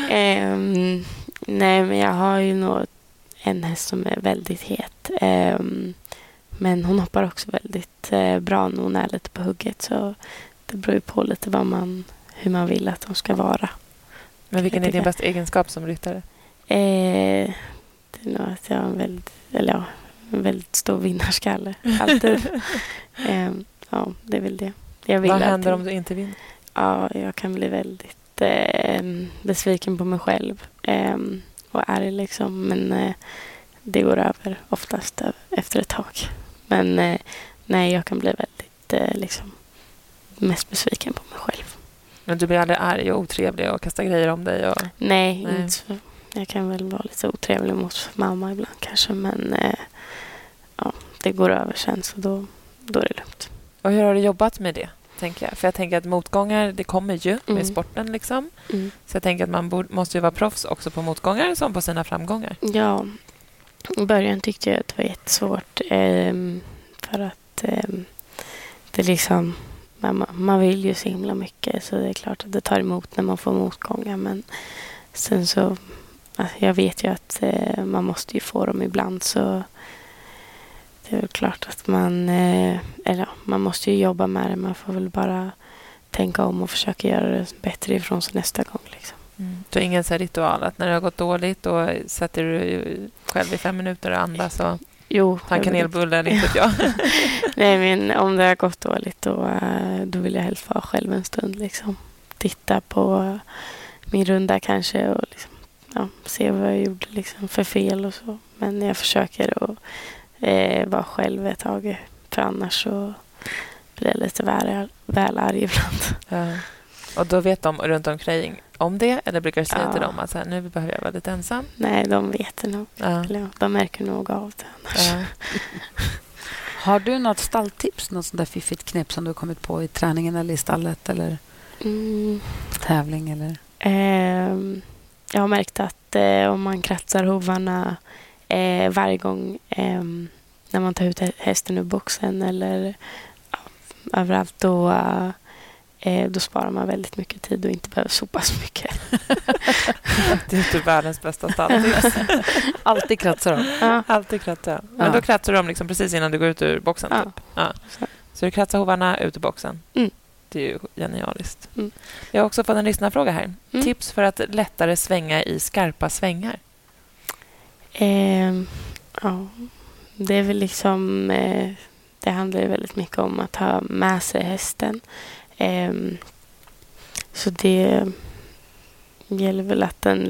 Nej, men jag har ju nog en häst som är väldigt het. Men hon hoppar också väldigt bra när hon är lite på hugget. Så det beror ju på lite hur man vill att de ska vara. Men vilken är din bästa egenskap som ryttare? Det är nog att jag har en väldigt stor vinnarskalle. Alltid. Ja, det är väl det. Vad händer om du inte vinner? Ja, jag kan bli väldigt besviken på mig själv. Och arg liksom. Men det går över oftast efter ett tag. Men nej, jag kan bli väldigt mest besviken på mig själv. Men du blir aldrig arg och otrevlig och kastar grejer om dig? Nej. Inte så. Jag kan väl vara lite otrevlig mot mamma ibland kanske. Men det går över sen, så då är det lugnt. Och hur har du jobbat med det, tänker jag? För jag tänker att motgångar, det kommer ju med sporten liksom. Så jag tänker att man måste ju vara proffs också på motgångar som på sina framgångar. Ja, i början tyckte jag att det var jättesvårt. För att det liksom... Man vill ju så himla mycket, så det är klart att det tar emot när man får motgångar. Men sen så... Alltså jag vet ju att man måste ju få dem ibland, så... Det är väl klart att man måste ju jobba med det. Man får väl bara tänka om och försöka göra det bättre ifrån sig nästa gång. Liksom. Du har ingen så här ritual att när det har gått dåligt och sätter du själv i 5 minuter och andas och ta en kanelbulle eller inte jag. Nej, men om det har gått dåligt då vill jag helst vara själv en stund. Liksom. Titta på min runda kanske och liksom, se vad jag gjorde liksom, för fel och så. Men jag försöker att vara själv ett tag. För annars så blir jag lite väl arg ibland. Ja. Och då vet de runt omkring om det? Eller brukar du säga till dem att så här, nu behöver jag vara lite ensam? Nej, de vet det nog. Eller, de märker nog av det annars. Har du något stalltips? Något sånt där fiffigt knep som du har kommit på i träningen eller i stallet? Eller tävling? Eller? Jag har märkt att om man kratsar hovarna varje gång när man tar ut hästen ur boxen eller överallt då sparar man väldigt mycket tid och inte behöver sopa så mycket. Det är typ världens bästa stalltips. Alltid kratsar de. Ja. Alltid kratsar. Men då kratsar de liksom precis innan du går ut ur boxen. Ja. Typ. Ja. Så du kratsar hovarna ut ur boxen. Det är ju genialiskt. Jag har också fått en lyssnarfråga här. Tips för att lättare svänga i skarpa svängar? Det är väl liksom... det handlar ju väldigt mycket om att ha med sig hästen. Så det gäller väl att den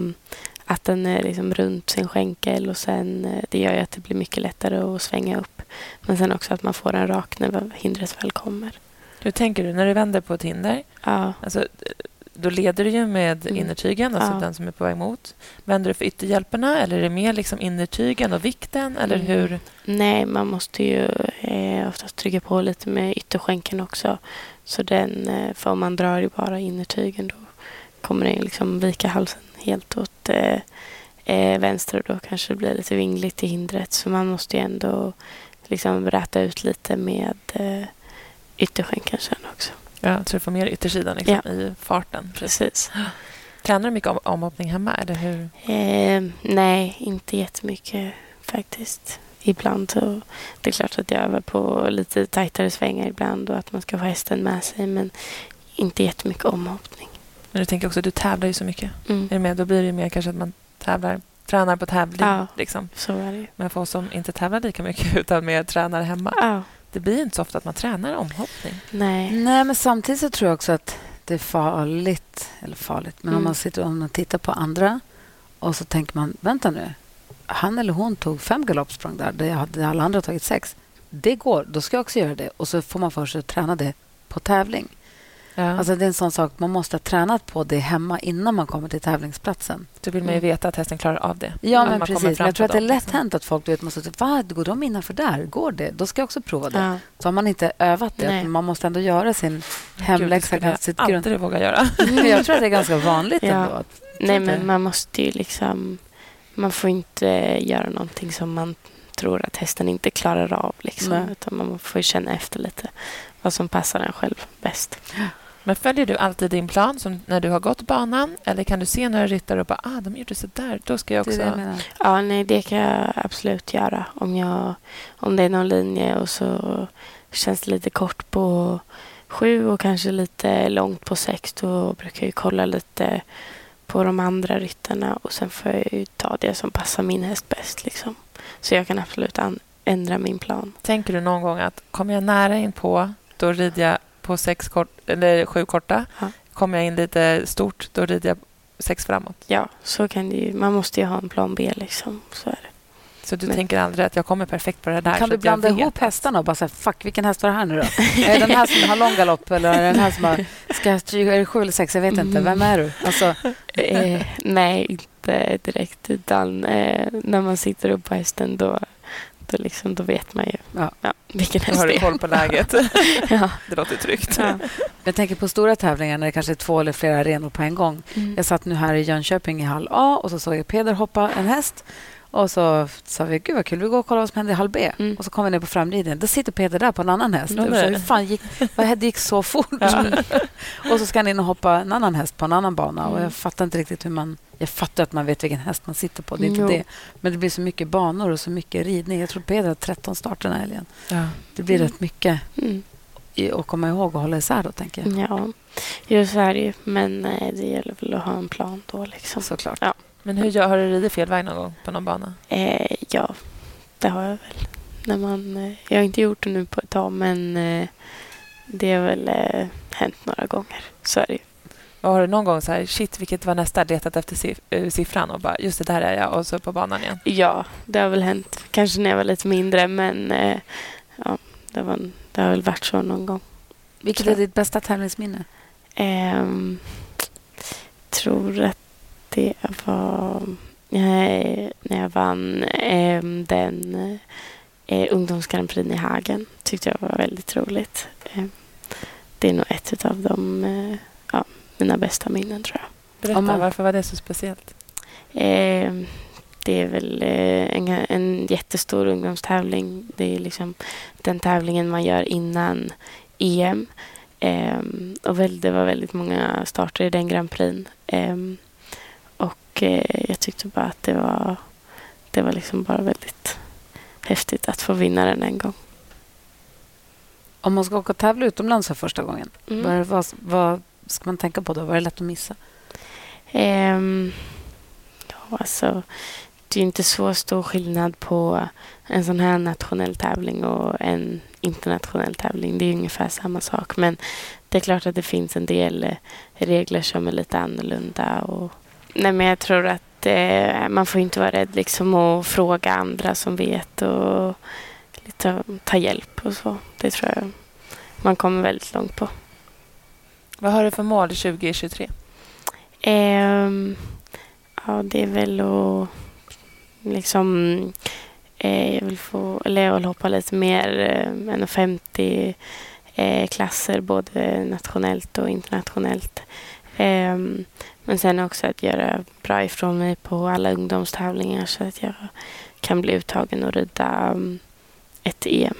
är liksom runt sin skänkel och sen det gör ju att det blir mycket lättare att svänga upp. Men sen också att man får den rak när hindret väl kommer. Hur tänker du när du vänder på ett hinder? Ja. Alltså, då leder du ju med innertygen, alltså den som är på väg mot. Vänder du för ytterhjälperna eller är det mer liksom innertygen och vikten? Eller hur? Nej, man måste ju oftast trycka på lite med ytterskänken också. Så för om man drar ju bara innertygen då kommer den liksom vika halsen helt åt vänster och då kanske det blir lite vingligt i hindret. Så man måste ju ändå liksom räta ut lite med ytterskänken sen också. Ja, så du får mer yttersidan liksom, i farten. Precis. Tränar du mycket omhoppning hemma, eller hur? Nej, inte jättemycket faktiskt. Ibland så det är klart att jag övar på lite tajtare svängar ibland och att man ska få hästen med sig, men inte jättemycket omhoppning. Men du tänker också, du tävlar ju så mycket. Är det med? Då blir det ju mer kanske att man tränar på tävling. Ja, liksom. Så är det ju. Men för oss som inte tävlar lika mycket utan mer tränar hemma. Ja. Det blir inte så ofta att man tränar omhoppning. Nej, men samtidigt så tror jag också att det är farligt. Men om man tittar på andra och så tänker man, vänta nu. Han eller hon tog 5 galoppsprång där alla andra har tagit 6. Det går, då ska jag också göra det. Och så får man först träna det på tävling. Ja. Alltså det är en sån sak, man måste ha tränat på det hemma innan man kommer till tävlingsplatsen. Då vill man ju veta att hästen klarar av det. Ja, men precis. Men jag tror att det är lätt hänt att folk måste säga, går de innanför där? Går det? Då ska jag också prova det. Ja. Så har man inte övat det. Man måste ändå göra sin hemläxa. Det ska jag aldrig våga göra. Jag tror att det är ganska vanligt ändå. Nej, men man måste ju liksom... Man får inte göra någonting som man tror att hästen inte klarar av. Liksom, utan man får känna efter lite vad som passar en själv bäst. Men följer du alltid din plan som när du har gått banan? Eller kan du se några ryttare och bara, de gjorde så där, då ska jag också... Ja, nej, det kan jag absolut göra. Om det är någon linje och så känns det lite kort på 7 och kanske lite långt på 6, då brukar jag kolla lite på de andra ryttarna och sen får jag ju ta det som passar min häst bäst. Liksom. Så jag kan absolut ändra min plan. Tänker du någon gång att kommer jag nära in på, då rider jag på 7 korta. Ja. Kommer jag in lite stort, då rider jag 6 framåt. Ja, så kan det ju. Man måste ju ha en plan B liksom. Så är det. Så du tänker aldrig att jag kommer perfekt på det där? Kan du blanda ihop hästarna och bara säga, fuck, vilken häst var det här nu då? Är det den här som har lång galopp eller är det den här som har, är det 7 eller 6? Jag vet inte. Vem är du? Alltså... nej, inte direkt. Utan när man sitter upp på hästen då vet man ju vilken häst det är. Har du koll på läget? Ja. Det låter tryggt. Ja. Jag tänker på stora tävlingar när det kanske är 2 eller flera arenor på en gång. Jag satt nu här i Jönköping i hall A och så såg jag Peder hoppa en häst. Och så sa vi, gud vad kul, vi går och kollar vad som händer i hall B. Och så kom vi ner på framridningen. Då sitter Peder där på en annan häst. Det gick så fort. Och så ska han in och hoppa en annan häst på en annan bana. Och jag fattar inte riktigt jag fattar att man vet vilken häst man sitter på. Det är inte det. Men det blir så mycket banor och så mycket ridning. Jag tror Peder har 13 starter den här helgen. Det blir rätt mycket att komma ihåg och hålla isär då, tänker jag. Ja. Jo, så är det ju. Men det gäller väl att ha en plan då liksom. Såklart. Ja. Men har du ridit fel väg någon gång på någon bana? Ja, det har jag väl. Jag har inte gjort det nu på ett tag, men det har väl hänt några gånger. Så är det ju. Och har du någon gång så här, shit, vilket var nästa, letat efter siffran och bara, just det, där är jag, och så på banan igen? Ja, det har väl hänt. Kanske när jag var lite mindre, men ja, det har väl varit så någon gång. Vilket är ditt bästa tävlingsminne? Tror att det var när jag vann den ungdomsgrandprix i Hagen. Tyckte jag var väldigt roligt. Det är nog ett av de mina bästa minnen, tror jag. Berätta, varför var det så speciellt? Det är väl en jättestor ungdomstävling. Det är liksom den tävlingen man gör innan EM. Och det var väldigt många starter i den Grand Prix. Och jag tyckte bara att det var liksom bara väldigt häftigt att få vinna den en gång. Om man ska åka och tävla utomlands för första gången, vad ska man tänka på då? Var det lätt att missa? Alltså, det är inte så stor skillnad på en sån här nationell tävling och en internationell tävling. Det är ungefär samma sak. Men det är klart att det finns en del regler som är lite annorlunda. Men jag tror att man får inte vara rädd liksom att fråga andra som vet och lite ta hjälp och så. Det tror jag man kommer väldigt långt på. Vad har du för mål 2023? Ja, det är väl att liksom jag vill hoppa lite mer än 50 klasser, både nationellt och internationellt. Men sen också att göra bra ifrån mig på alla ungdomstävlingar så att jag kan bli uttagen och rida ett EM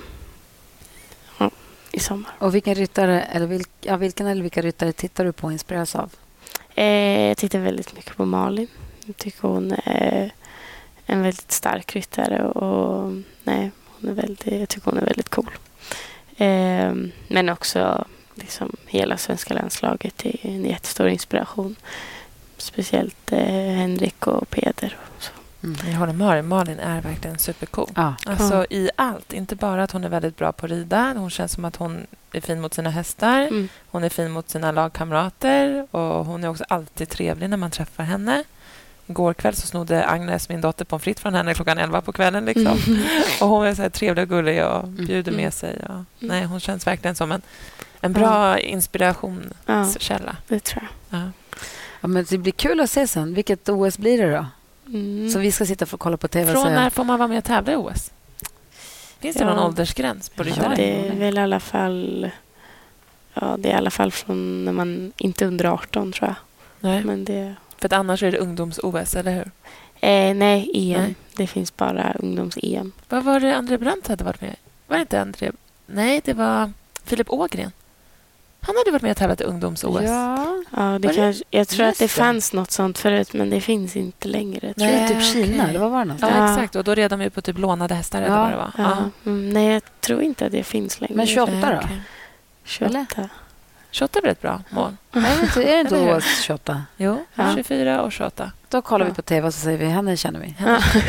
i sommar. Och vilken ryttare vilka ryttare tittar du på och inspireras av? Jag tittar väldigt mycket på Malin. Jag tycker hon är en väldigt stark ryttare och jag tycker hon är väldigt cool. Men också liksom hela svenska landslaget är en jättestor inspiration. Speciellt Henrik och Peder. Och så. Jag håller med. Malin är verkligen supercool. Alltså i allt. Inte bara att hon är väldigt bra på att rida. Hon känns som att hon är fin mot sina hästar. Hon är fin mot sina lagkamrater. Och hon är också alltid trevlig när man träffar henne. Igår kväll så snodde Agnes, min dotter, pomfritt från henne klockan 11 på kvällen. Liksom. Och hon är så här trevlig och gullig och bjuder med sig. Och, nej, hon känns verkligen som en bra inspirationskälla. Det tror jag. Ja, men det blir kul att se sen. Vilket OS blir det då? Så vi ska sitta och kolla på TV. Från när får man vara med och tävla i OS? Finns det någon åldersgräns på ryttare? Det är väl i alla fall det är i alla fall från när man inte är under 18, tror jag. Nej. Men det... För att annars är det ungdoms-OS, eller hur? Nej, EM. Nej. Det finns bara ungdoms-EM. Vad var det André Brandt hade varit med? Var det inte André? Nej, det var Filip Ågren. Han hade varit med och tävlat i ungdoms-OS. Ja, jag tror att det fanns något sånt förut, men det finns inte längre. Tror jag typ Kina, eller vad var det någonstans? Ja, exakt. Och då red de ju på typ lånade hästar eller vad det var. Ja. Nej, jag tror inte att det finns längre. Men 28 då? Okay. 28. 28 blir ett bra mål. Är det inte OS 28? Jo, 24 och 28. Då kollar vi på TV och så säger vi, henne känner vi.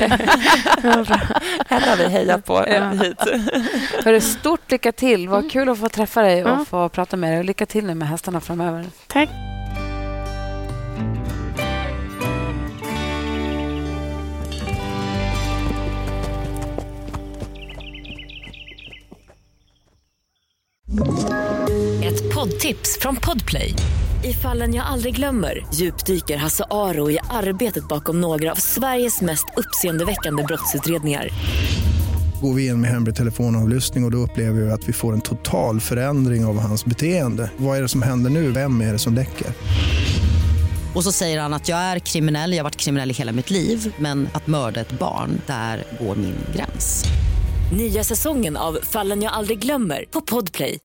Henne har vi hejat på hit. För det stort lycka till. Vad kul att få träffa dig och få prata med dig. Och lycka till nu med hästarna framöver. Tack. Ett poddtips från Podplay. I Fallen jag aldrig glömmer djupdyker Hasse Aro i arbetet bakom några av Sveriges mest uppseendeväckande brottsutredningar. Går vi in med hemlig telefonavlyssning och då upplever vi att vi får en total förändring av hans beteende. Vad är det som händer nu? Vem är det som läcker? Och så säger han att jag är kriminell, jag har varit kriminell i hela mitt liv. Men att mörda ett barn, där går min gräns. Nya säsongen av Fallen jag aldrig glömmer på Podplay.